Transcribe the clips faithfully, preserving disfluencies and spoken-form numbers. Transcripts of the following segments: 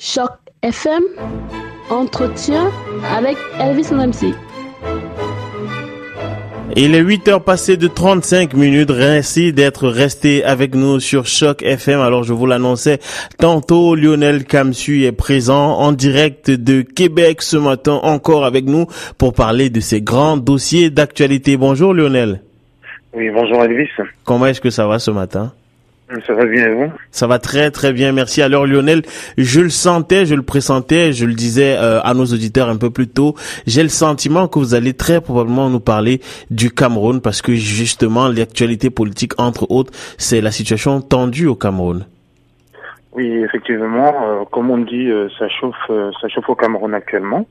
Choc F M, entretien avec Elvis Ramsey. Il est huit heures passées de trente-cinq minutes. Merci d'être resté avec nous sur Choc F M. Alors, je vous l'annonçais tantôt, Lionel Kamsu est présent en direct de Québec ce matin, encore avec nous pour parler de ces grands dossiers d'actualité. Bonjour Lionel. Oui, bonjour Elvis. Comment est-ce que ça va ce matin? Ça va bien et vous? Ça va très très bien, merci. Alors Lionel, je le sentais, je le pressentais, je le disais euh, à nos auditeurs un peu plus tôt, j'ai le sentiment que vous allez très probablement nous parler du Cameroun parce que justement l'actualité politique entre autres, c'est la situation tendue au Cameroun. Oui, effectivement, euh, comme on dit, euh, ça chauffe, euh, ça chauffe au Cameroun actuellement.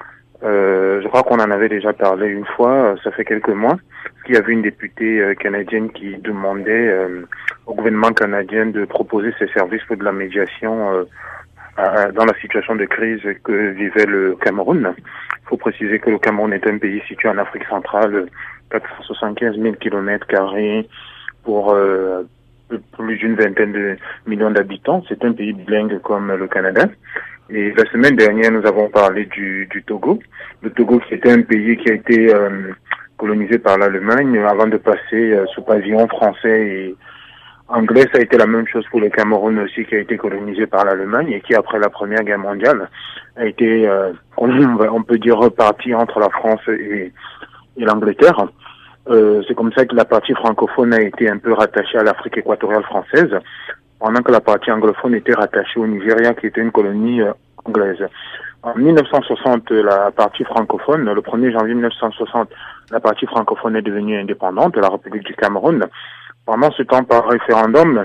Euh, je crois qu'on en avait déjà parlé une fois, euh, ça fait quelques mois, qu'il y avait une députée euh, canadienne qui demandait euh, au gouvernement canadien de proposer ses services pour de la médiation euh, à, dans la situation de crise que vivait le Cameroun. Il faut préciser que le Cameroun est un pays situé en Afrique centrale, quatre cent soixante-quinze mille kilomètres carrés pour euh, plus d'une vingtaine de millions d'habitants. C'est un pays bilingue comme le Canada. Et la semaine dernière, nous avons parlé du, du Togo. Le Togo, qui était un pays qui a été euh, colonisé par l'Allemagne avant de passer euh, sous pavillon français et anglais. Ça a été la même chose pour le Cameroun aussi, qui a été colonisé par l'Allemagne et qui, après la Première Guerre mondiale, a été, euh, on peut dire, reparti entre la France et, et l'Angleterre. Euh, c'est comme ça que la partie francophone a été un peu rattachée à l'Afrique équatoriale française, pendant que la partie anglophone était rattachée au Nigeria, qui était une colonie euh, anglaise. En mille neuf cent soixante, la partie francophone, le premier janvier mille neuf cent soixante, la partie francophone est devenue indépendante, la République du Cameroun. Pendant ce temps, par référendum,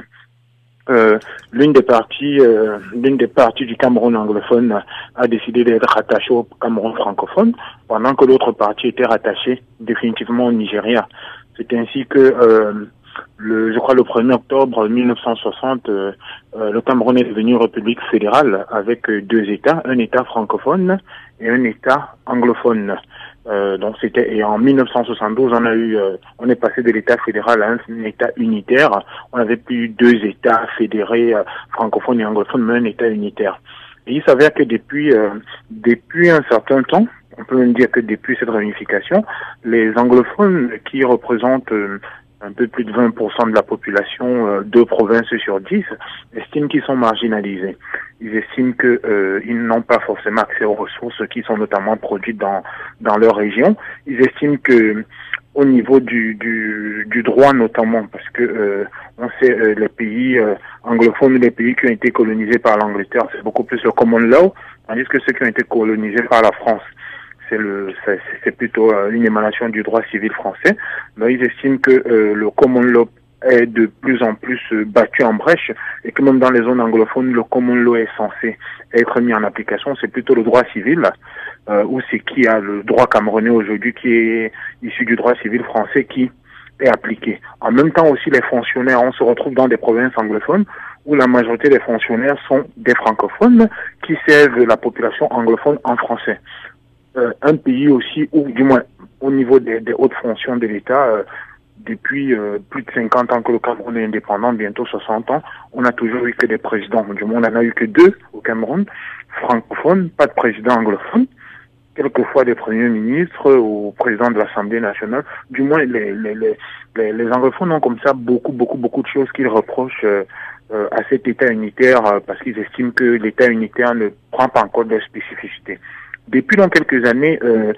euh, l'une des parties, euh, l'une des parties du Cameroun anglophone a décidé d'être rattachée au Cameroun francophone, pendant que l'autre partie était rattachée définitivement au Nigeria. C'est ainsi que euh, Le, je crois le premier octobre mille neuf cent soixante, euh, euh, le Cameroun est devenu république fédérale avec euh, deux États, un État francophone et un État anglophone. Euh, donc c'était et en mille neuf cent soixante-douze, on a eu, euh, on est passé de l'État fédéral à un État unitaire. On n'avait plus deux États fédérés, euh, francophones et anglophones, mais un État unitaire. Et il s'avère que depuis, euh, depuis un certain temps, on peut même dire que depuis cette réunification, les anglophones qui représentent euh, un peu plus de vingt pour cent de la population, euh, deux provinces sur dix, estiment qu'ils sont marginalisés. Ils estiment que euh, ils n'ont pas forcément accès aux ressources qui sont notamment produites dans dans leur région. Ils estiment que au niveau du du, du droit notamment, parce que euh, on sait euh, les pays euh, anglophones, les pays qui ont été colonisés par l'Angleterre, c'est beaucoup plus le common law, tandis que ceux qui ont été colonisés par la France, c'est le c'est, c'est plutôt euh, une émanation du droit civil français. Mais ils estiment que euh, le common law est de plus en plus euh, battu en brèche et que même dans les zones anglophones, le common law est censé être mis en application. C'est plutôt le droit civil euh, ou c'est qui a le droit camerounais aujourd'hui qui est issu du droit civil français qui est appliqué. En même temps aussi, les fonctionnaires, on se retrouve dans des provinces anglophones où la majorité des fonctionnaires sont des francophones qui servent la population anglophone en français. Euh, un pays aussi où, du moins au niveau des, des hautes fonctions de l'État, euh, depuis euh, plus de cinquante ans que le Cameroun est indépendant, bientôt soixante ans, on n'a toujours eu que des présidents. Du moins, on n'en a eu que deux au Cameroun, francophones, pas de président anglophone, quelquefois des premiers ministres ou présidents de l'Assemblée nationale. Du moins, les, les, les, les, les anglophones ont comme ça beaucoup, beaucoup, beaucoup de choses qu'ils reprochent euh, euh, à cet État unitaire euh, parce qu'ils estiment que l'État unitaire ne prend pas en compte leurs spécificités. Depuis dans quelques années, euh,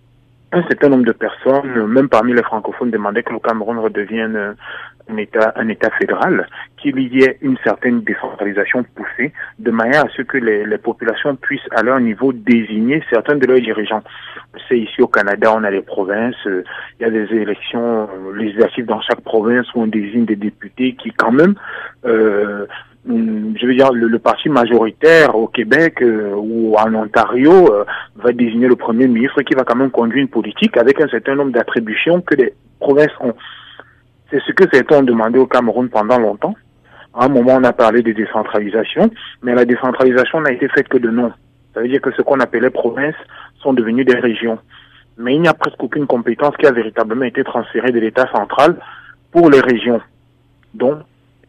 un certain nombre de personnes, même parmi les francophones, demandaient que le Cameroun redevienne euh, un État, un État fédéral, qu'il y ait une certaine décentralisation poussée, de manière à ce que les, les populations puissent à leur niveau désigner certains de leurs dirigeants. C'est ici au Canada, on a les provinces, euh, il y a des élections euh, législatives dans chaque province où on désigne des députés qui quand même euh, je veux dire, le, le parti majoritaire au Québec euh, ou en Ontario euh, va désigner le premier ministre qui va quand même conduire une politique avec un certain nombre d'attributions que les provinces ont. C'est ce que certains ont demandé au Cameroun pendant longtemps. À un moment, on a parlé de décentralisation, mais la décentralisation n'a été faite que de nom. Ça veut dire que ce qu'on appelait provinces sont devenues des régions. Mais il n'y a presque aucune compétence qui a véritablement été transférée de l'État central pour les régions. Donc,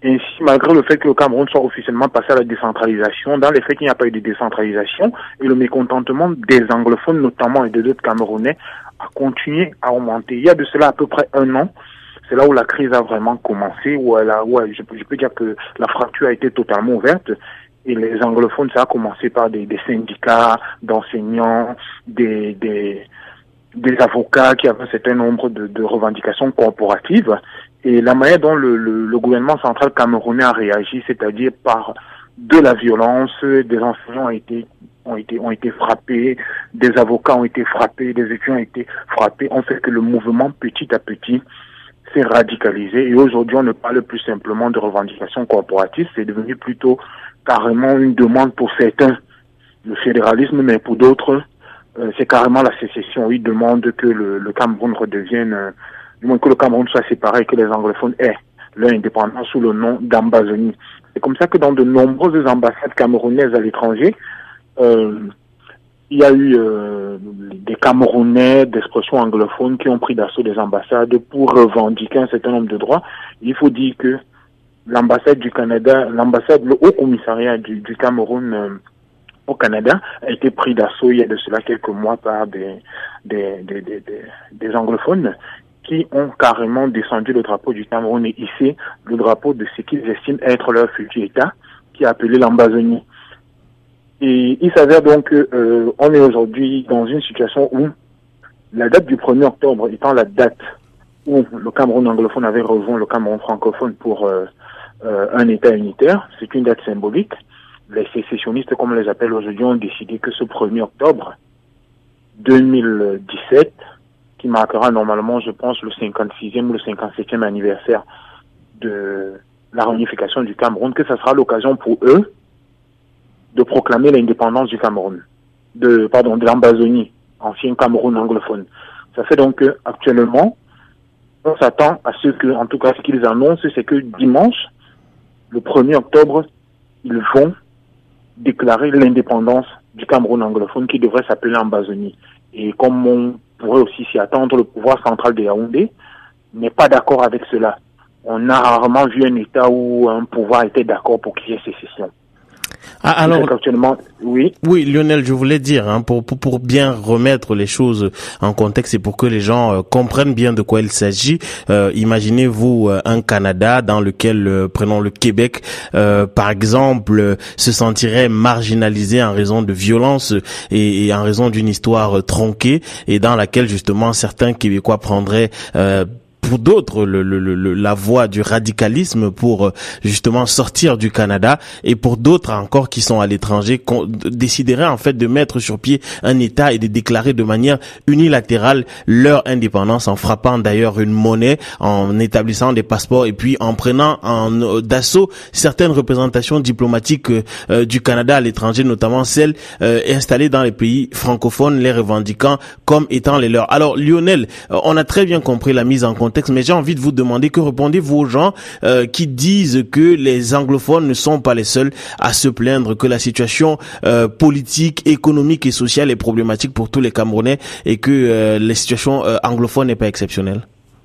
Ainsi, malgré le fait que le Cameroun soit officiellement passé à la décentralisation, dans les faits qu'il n'y a pas eu de décentralisation, et le mécontentement des anglophones notamment et de d'autres Camerounais a continué à augmenter. Il y a de cela à peu près un an, c'est là où la crise a vraiment commencé, où, elle a, où elle, je, je peux dire que la fracture a été totalement ouverte. Et les anglophones, ça a commencé par des, des syndicats d'enseignants, des, des, des avocats qui avaient un certain nombre de, de revendications corporatives. Et la manière dont le, le, le gouvernement central camerounais a réagi, c'est-à-dire par de la violence, des enseignants ont été, ont été, ont été frappés, des avocats ont été frappés, des étudiants ont été frappés, ont fait que le mouvement petit à petit s'est radicalisé. Et aujourd'hui, on ne parle plus simplement de revendications corporatives, c'est devenu plutôt carrément une demande pour certains, le fédéralisme, mais pour d'autres, euh, c'est carrément la sécession. Ils demandent que le, le Cameroun redevienne, euh, du moins que le Cameroun soit séparé et que les anglophones aient leur indépendance sous le nom d'Ambazonie. C'est comme ça que dans de nombreuses ambassades camerounaises à l'étranger, euh, il y a eu euh, des Camerounais d'expression anglophone qui ont pris d'assaut des ambassades pour revendiquer un certain nombre de droits. Il faut dire que l'ambassade du Canada, l'ambassade, le haut commissariat du, du Cameroun euh, au Canada a été pris d'assaut il y a de cela quelques mois par des, des, des, des, des, des anglophones qui ont carrément descendu le drapeau du Cameroun et hissé le drapeau de ce qu'ils estiment être leur futur État, qui est appelé l'Ambazonie. Et il s'avère donc qu'on euh, est aujourd'hui dans une situation où la date du premier octobre étant la date où le Cameroun anglophone avait rejoint le Cameroun francophone pour euh, euh, un État unitaire, c'est une date symbolique. Les sécessionnistes, comme on les appelle aujourd'hui, ont décidé que ce premier octobre deux mille dix-sept, qui marquera normalement, je pense, le cinquante-sixième ou le cinquante-septième anniversaire de la réunification du Cameroun, que ça sera l'occasion pour eux de proclamer l'indépendance du Cameroun, de pardon, de l'Ambazonie, ancien Cameroun anglophone. Ça fait donc que actuellement, on s'attend à ce que, en tout cas, ce qu'ils annoncent, c'est que dimanche, le premier octobre, ils vont déclarer l'indépendance du Cameroun anglophone qui devrait s'appeler Ambazonie. Et comme on pourrait aussi s'y attendre, le pouvoir central de Yaoundé n'est pas d'accord avec cela. On a rarement vu un État où un pouvoir était d'accord pour qu'il y ait sécession. Ah, alors, actuellement, oui. Oui, Lionel, je voulais dire, hein, pour, pour pour bien remettre les choses en contexte et pour que les gens euh, comprennent bien de quoi il s'agit. Euh, imaginez-vous euh, un Canada dans lequel, euh, prenons le Québec, euh, par exemple, euh, se sentirait marginalisé en raison de violence et, et en raison d'une histoire euh, tronquée et dans laquelle justement certains Québécois prendraient euh, pour d'autres le, le, le, la voie du radicalisme pour justement sortir du Canada, et pour d'autres encore qui sont à l'étranger décideraient en fait de mettre sur pied un État et de déclarer de manière unilatérale leur indépendance en frappant d'ailleurs une monnaie, en établissant des passeports et puis en prenant en euh, d'assaut certaines représentations diplomatiques euh, du Canada à l'étranger, notamment celles euh, installées dans les pays francophones, les revendiquant comme étant les leurs. Alors Lionel, euh, on a très bien compris la mise en contexte, mais j'ai envie de vous demander que répondez-vous aux gens euh, qui disent que les anglophones ne sont pas les seuls à se plaindre, que la situation euh, politique, économique et sociale est problématique pour tous les Camerounais et que euh, la situation euh, anglophone n'est pas exceptionnelle.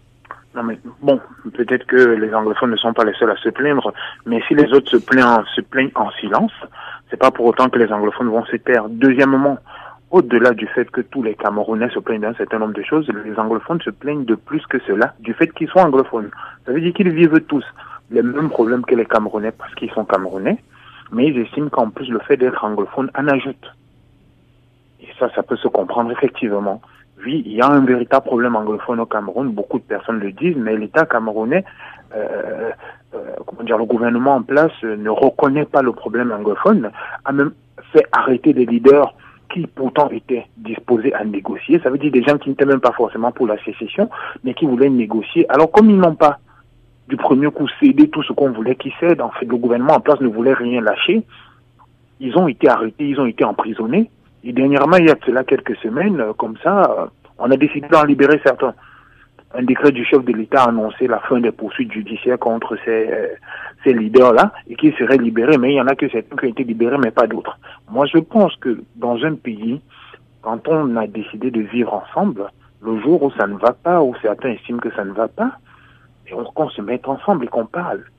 Non mais bon, peut-être que les anglophones ne sont pas les seuls à se plaindre, mais si les autres se plaignent, se plaignent en silence, c'est pas pour autant que les anglophones vont se taire. Deuxièmement, au-delà du fait que tous les Camerounais se plaignent d'un certain nombre de choses, les anglophones se plaignent de plus que cela, du fait qu'ils sont anglophones. Ça veut dire qu'ils vivent tous les mêmes problèmes que les Camerounais parce qu'ils sont Camerounais, mais ils estiment qu'en plus le fait d'être anglophone en ajoute. Et ça, ça peut se comprendre effectivement. Oui, il y a un véritable problème anglophone au Cameroun, beaucoup de personnes le disent, mais l'État camerounais, euh, euh, comment dire, le gouvernement en place euh, ne reconnaît pas le problème anglophone, a même fait arrêter des leaders qui pourtant étaient disposés à négocier. Ça veut dire des gens qui n'étaient même pas forcément pour la sécession, mais qui voulaient négocier. Alors comme ils n'ont pas du premier coup cédé tout ce qu'on voulait qu'ils cèdent, en fait le gouvernement en place ne voulait rien lâcher, ils ont été arrêtés, ils ont été emprisonnés. Et dernièrement, il y a cela quelques semaines, comme ça, on a décidé d'en libérer certains. Un décret du chef de l'État a annoncé la fin des poursuites judiciaires contre ces, euh, ces leaders-là et qu'ils seraient libérés, mais il y en a que certains qui ont été libérés, mais pas d'autres. Moi, je pense que dans un pays, quand on a décidé de vivre ensemble, le jour où ça ne va pas, où certains estiment que ça ne va pas, et on, qu'on se mette ensemble et qu'on parle.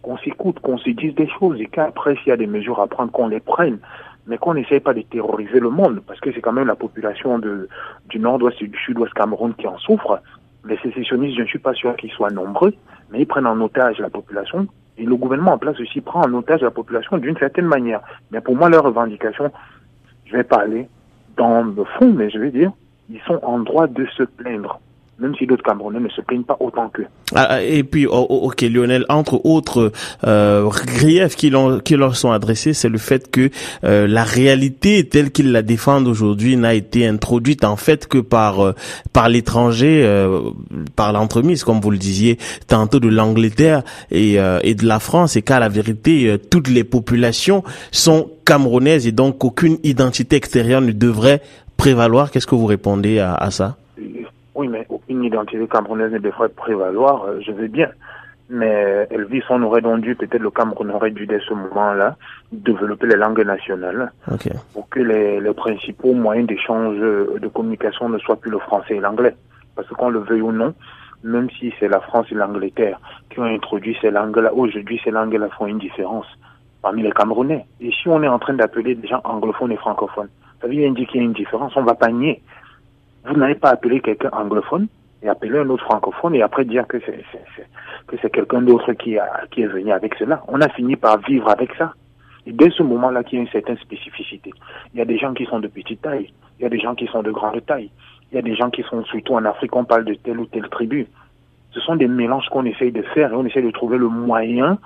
qu'on s'écoute, qu'on se dise des choses et qu'après, s'il y a des mesures à prendre, qu'on les prenne, mais qu'on n'essaye pas de terroriser le monde, parce que c'est quand même la population de, du nord-ouest et du sud-ouest Cameroun qui en souffre. Les sécessionnistes, je ne suis pas sûr qu'ils soient nombreux, mais ils prennent en otage la population, et le gouvernement en place aussi prend en otage la population d'une certaine manière. Mais pour moi, leurs revendications, je vais parler dans le fond, mais je vais dire, ils sont en droit de se plaindre, même si d'autres Camerounais ne se plaignent pas autant qu'eux. Ah, et puis, oh, ok, Lionel, entre autres euh, griefs qui, l'ont, qui leur sont adressés, c'est le fait que euh, la réalité telle qu'ils la défendent aujourd'hui n'a été introduite en fait que par euh, par l'étranger, euh, par l'entremise, comme vous le disiez, tantôt de l'Angleterre et euh, et de la France, et qu'à la vérité, euh, toutes les populations sont camerounaises et donc aucune identité extérieure ne devrait prévaloir. Qu'est-ce que vous répondez à, à ça? Oui, mais aucune identité camerounaise ne devrait prévaloir, euh, je veux bien. Mais Elvis, on aurait donc dû, peut-être le Cameroun aurait dû dès ce moment-là, développer les langues nationales. Okay. Pour que les, les principaux moyens d'échange de communication ne soient plus le français et l'anglais. Parce que qu'on le veuille ou non, même si c'est la France et l'Angleterre qui ont introduit ces langues-là, aujourd'hui ces langues-là font une différence parmi les Camerounais. Et si on est en train d'appeler des gens anglophones et francophones, ça veut dire qu'il y a une différence, on va pas nier. Vous n'allez pas appeler quelqu'un anglophone et appeler un autre francophone et après dire que c'est, c'est, c'est que c'est quelqu'un d'autre qui, a, qui est venu avec cela. On a fini par vivre avec ça. Et dès ce moment-là, qu'il y a une certaine spécificité. Il y a des gens qui sont de petite taille, il y a des gens qui sont de grande taille, il y a des gens qui sont, surtout en Afrique, on parle de telle ou telle tribu. Ce sont des mélanges qu'on essaye de faire et on essaye de trouver le moyen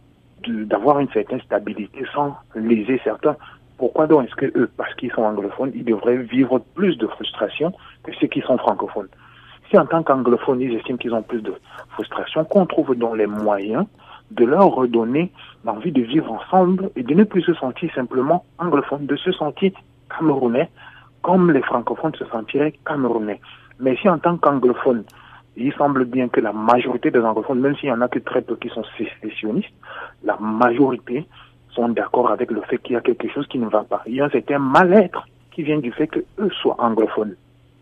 de, d'avoir une certaine stabilité sans léser certains. Pourquoi donc est-ce que eux, parce qu'ils sont anglophones, ils devraient vivre plus de frustration que ceux qui sont francophones? Si en tant qu'anglophones, ils estiment qu'ils ont plus de frustration, qu'on trouve donc les moyens de leur redonner l'envie de vivre ensemble et de ne plus se sentir simplement anglophones, de se sentir camerounais, comme les francophones se sentiraient camerounais. Mais si en tant qu'anglophones, il semble bien que la majorité des anglophones, même s'il y en a que très peu qui sont sécessionnistes, la majorité sont d'accord avec le fait qu'il y a quelque chose qui ne va pas. Il y a un certain mal-être qui vient du fait qu'eux soient anglophones.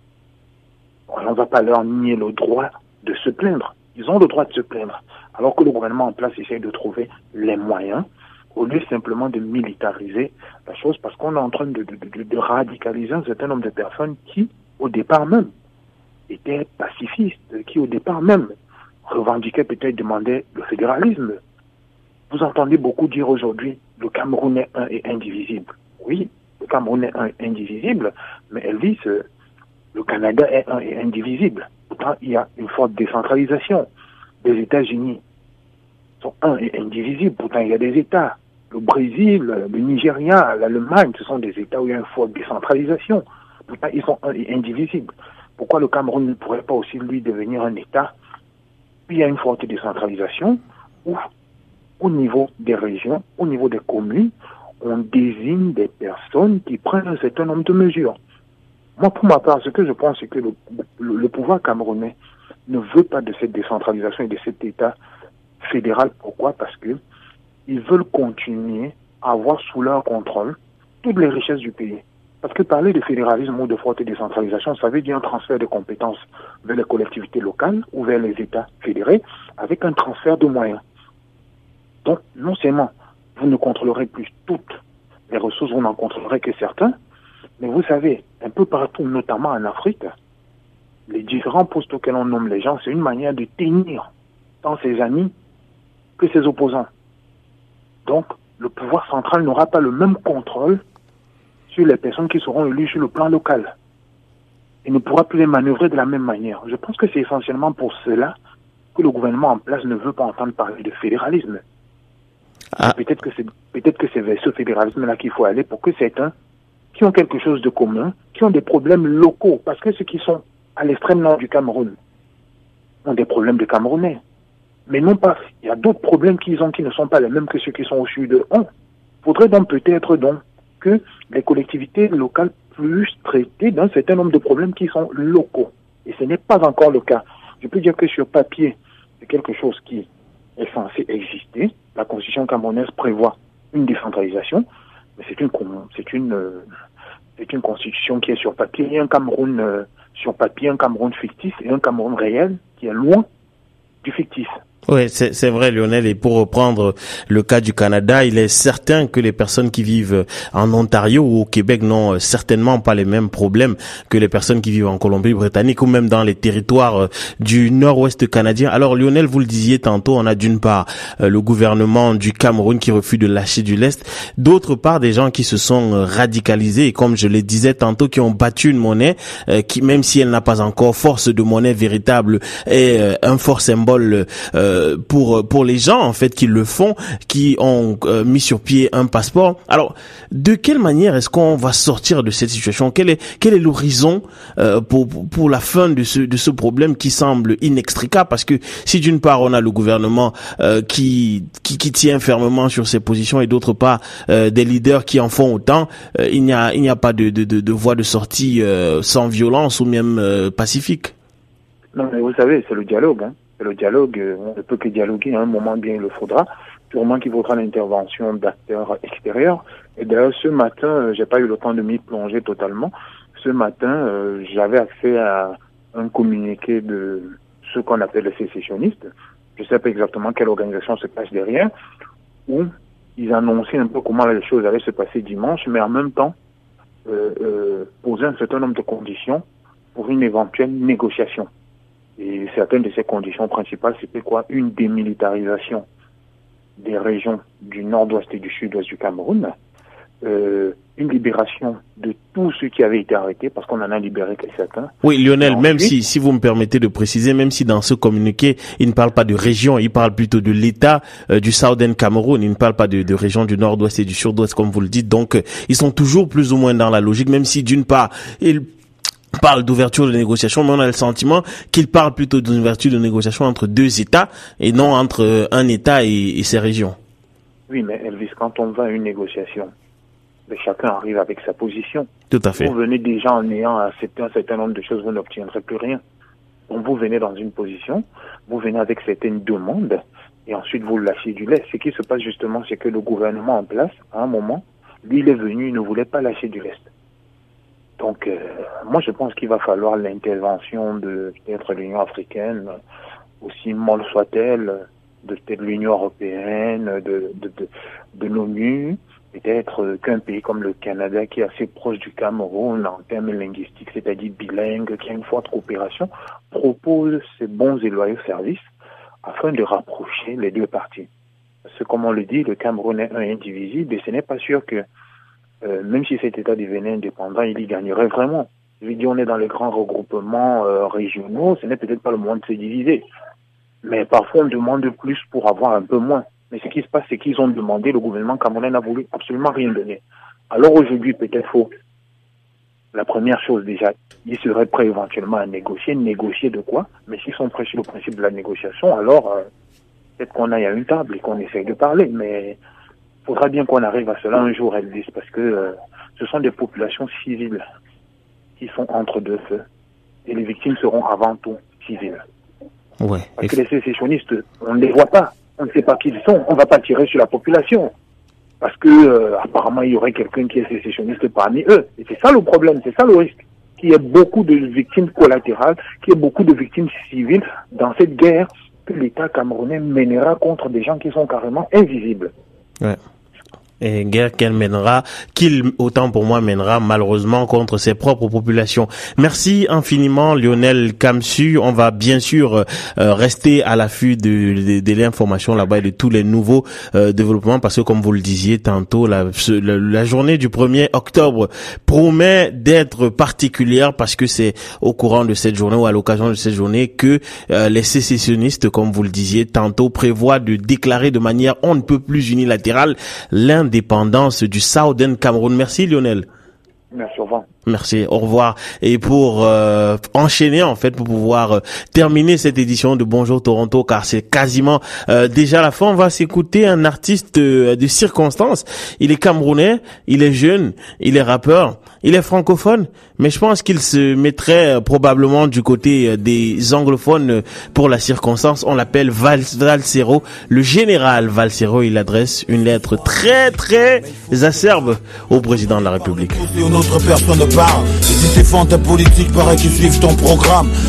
On ne va pas leur nier le droit de se plaindre. Ils ont le droit de se plaindre. Alors que le gouvernement en place essaie de trouver les moyens, au lieu simplement de militariser la chose, parce qu'on est en train de, de, de, de radicaliser un certain nombre de personnes qui, au départ même, étaient pacifistes, qui, au départ même, revendiquaient, peut-être demandaient le fédéralisme. Vous entendez beaucoup dire aujourd'hui, le Cameroun est un et indivisible. Oui, le Cameroun est un et indivisible, mais Elvis, le Canada est un et indivisible. Pourtant, il y a une forte décentralisation. Les États-Unis sont un et indivisibles. Pourtant, il y a des États. Le Brésil, le Nigeria, l'Allemagne, ce sont des États où il y a une forte décentralisation. Pourtant, ils sont un et indivisibles. Pourquoi le Cameroun ne pourrait pas aussi, lui, devenir un État où il y a une forte décentralisation, où au niveau des régions, au niveau des communes, on désigne des personnes qui prennent un certain nombre de mesures. Moi, pour ma part, ce que je pense, c'est que le, le, le pouvoir camerounais ne veut pas de cette décentralisation et de cet État fédéral. Pourquoi? Parce que ils veulent continuer à avoir sous leur contrôle toutes les richesses du pays. Parce que parler de fédéralisme ou de forte décentralisation, ça veut dire un transfert de compétences vers les collectivités locales ou vers les États fédérés avec un transfert de moyens. Donc, non seulement vous ne contrôlerez plus toutes les ressources, vous n'en contrôlerez que certains, mais vous savez, un peu partout, notamment en Afrique, les différents postes auxquels on nomme les gens, c'est une manière de tenir tant ses amis que ses opposants. Donc, le pouvoir central n'aura pas le même contrôle sur les personnes qui seront élues sur le plan local. Il ne pourra plus les manœuvrer de la même manière. Je pense que c'est essentiellement pour cela que le gouvernement en place ne veut pas entendre parler de fédéralisme. Ah. Peut-être que c'est peut-être que c'est vers ce fédéralisme-là qu'il faut aller pour que certains qui ont quelque chose de commun, qui ont des problèmes locaux, parce que ceux qui sont à l'extrême nord du Cameroun ont des problèmes de Camerounais. Mais non pas, il y a d'autres problèmes qu'ils ont qui ne sont pas les mêmes que ceux qui sont au sud de eux. Il faudrait donc peut-être donc que les collectivités locales puissent traiter d'un certain nombre de problèmes qui sont locaux. Et ce n'est pas encore le cas. Je peux dire que sur papier, c'est quelque chose qui est censé exister. La constitution camerounaise prévoit une décentralisation, mais c'est une, c'est une, c'est une constitution qui est sur papier. Il y a un Cameroun sur papier, un Cameroun fictif et un Cameroun réel qui est loin du fictif. Oui, c'est, c'est vrai, Lionel. Et pour reprendre le cas du Canada, il est certain que les personnes qui vivent en Ontario ou au Québec n'ont certainement pas les mêmes problèmes que les personnes qui vivent en Colombie-Britannique ou même dans les territoires du nord-ouest canadien. Alors, Lionel, vous le disiez tantôt, on a d'une part le gouvernement du Cameroun qui refuse de lâcher du lest, d'autre part des gens qui se sont radicalisés et, comme je le disais tantôt, qui ont battu une monnaie qui, même si elle n'a pas encore force de monnaie véritable, est un fort symbole euh, pour pour les gens en fait qui le font, qui ont euh, mis sur pied un passeport. Alors, de quelle manière est-ce qu'on va sortir de cette situation? Quel est quel est l'horizon euh, pour pour la fin de ce de ce problème qui semble inextricable? Parce que si d'une part on a le gouvernement euh, qui qui qui tient fermement sur ses positions et d'autre part euh, des leaders qui en font autant, euh, il n'y a il n'y a pas de de de, de voie de sortie euh, sans violence ou même euh, pacifique. Non, mais vous savez, c'est le dialogue, hein. Le dialogue, on ne peut que dialoguer, à un moment bien il le faudra, sûrement qu'il faudra l'intervention d'acteurs extérieurs. Et d'ailleurs, ce matin, j'ai pas eu le temps de m'y plonger totalement. Ce matin, euh, j'avais accès à un communiqué de ce qu'on appelle les sécessionnistes. Je sais pas exactement quelle organisation se cache derrière, où ils annonçaient un peu comment les choses allaient se passer dimanche, mais en même temps, euh, euh, posaient un certain nombre de conditions pour une éventuelle négociation. Et certaines de ces conditions principales, c'était quoi? Une démilitarisation des régions du nord-ouest et du sud-ouest du Cameroun, euh, une libération de tous ceux qui avaient été arrêtés, parce qu'on en a libéré que certains. Oui, Lionel, ensuite, même si, si vous me permettez de préciser, même si dans ce communiqué, il ne parle pas de région, il parle plutôt de l'État euh, du Southern Cameroun, il ne parle pas de, de région du nord-ouest et du sud-ouest, comme vous le dites. Donc, euh, ils sont toujours plus ou moins dans la logique, même si d'une part, ils parle d'ouverture de négociation, mais on a le sentiment qu'il parle plutôt d'une ouverture de négociation entre deux États et non entre un État et, et ses régions. Oui, mais Elvis, quand on va à une négociation, chacun arrive avec sa position. Tout à fait. Vous venez déjà en ayant accepté un certain nombre de choses, vous n'obtiendrez plus rien. Donc vous venez dans une position, vous venez avec certaines demandes, et ensuite vous lâchez du lest. Ce qui se passe justement, c'est que le gouvernement en place, à un moment, lui, il est venu, il ne voulait pas lâcher du lest. Donc, euh, moi, je pense qu'il va falloir l'intervention de peut-être l'Union africaine, aussi molle soit-elle, de peut-être l'Union européenne, de, de, de, de l'ONU, peut-être qu'un pays comme le Canada, qui est assez proche du Cameroun en termes linguistiques, c'est-à-dire bilingue, qui a une forte coopération, propose ces bons et loyaux services afin de rapprocher les deux parties. Parce que, comme on le dit, le Cameroun est un indivisible et ce n'est pas sûr que Euh, même si cet État devenait indépendant, il y gagnerait vraiment. Je veux dire, on est dans les grands regroupements euh, régionaux, ce n'est peut-être pas le moment de se diviser. Mais parfois, on demande plus pour avoir un peu moins. Mais ce qui se passe, c'est qu'ils ont demandé, le gouvernement camerounais n'a voulu absolument rien donner. Alors aujourd'hui, peut-être faut, la première chose déjà, ils seraient prêts éventuellement à négocier. Négocier de quoi? Mais s'ils sont prêts sur le principe de la négociation, alors euh, peut-être qu'on aille à une table et qu'on essaye de parler. Mais il faudra bien qu'on arrive à cela un jour, Elvis, parce que euh, ce sont des populations civiles qui sont entre deux feux. Et les victimes seront avant tout civiles. Ouais. Parce que les sécessionnistes, on ne les voit pas. On ne sait pas qui ils sont. On ne va pas tirer sur la population. Parce que euh, apparemment, il y aurait quelqu'un qui est sécessionniste parmi eux. Et c'est ça le problème, c'est ça le risque. Qu'il y ait beaucoup de victimes collatérales, qu'il y ait beaucoup de victimes civiles dans cette guerre que l'État camerounais mènera contre des gens qui sont carrément invisibles. Ouais. Et guerre qu'elle mènera, qu'il, autant pour moi, mènera malheureusement contre ses propres populations. Merci infiniment, Lionel Kamsu. On va bien sûr euh, rester à l'affût de, de, de l'information là-bas et de tous les nouveaux euh, développements, parce que comme vous le disiez tantôt, la, ce, la, la journée du premier octobre promet d'être particulière, parce que c'est au courant de cette journée ou à l'occasion de cette journée que euh, les sécessionnistes, comme vous le disiez tantôt, prévoient de déclarer de manière on ne peut plus unilatérale l'un dépendance du Southern Cameroun. Merci Lionel. Merci, au revoir. Merci, au revoir. Et pour euh, enchaîner en fait, pour pouvoir euh, terminer cette édition de Bonjour Toronto, car c'est quasiment euh, déjà la fin, on va s'écouter un artiste euh, de circonstance. Il est camerounais, il est jeune, il est rappeur, il est francophone, mais je pense qu'il se mettrait euh, probablement du côté euh, des anglophones euh, pour la circonstance. On l'appelle Val- Valsero, le général Valsero. Il adresse une lettre très très acerbe au président de la République. Autre personne ne parle. Et si tes fentes politiques paraît qu'ils suivent ton programme.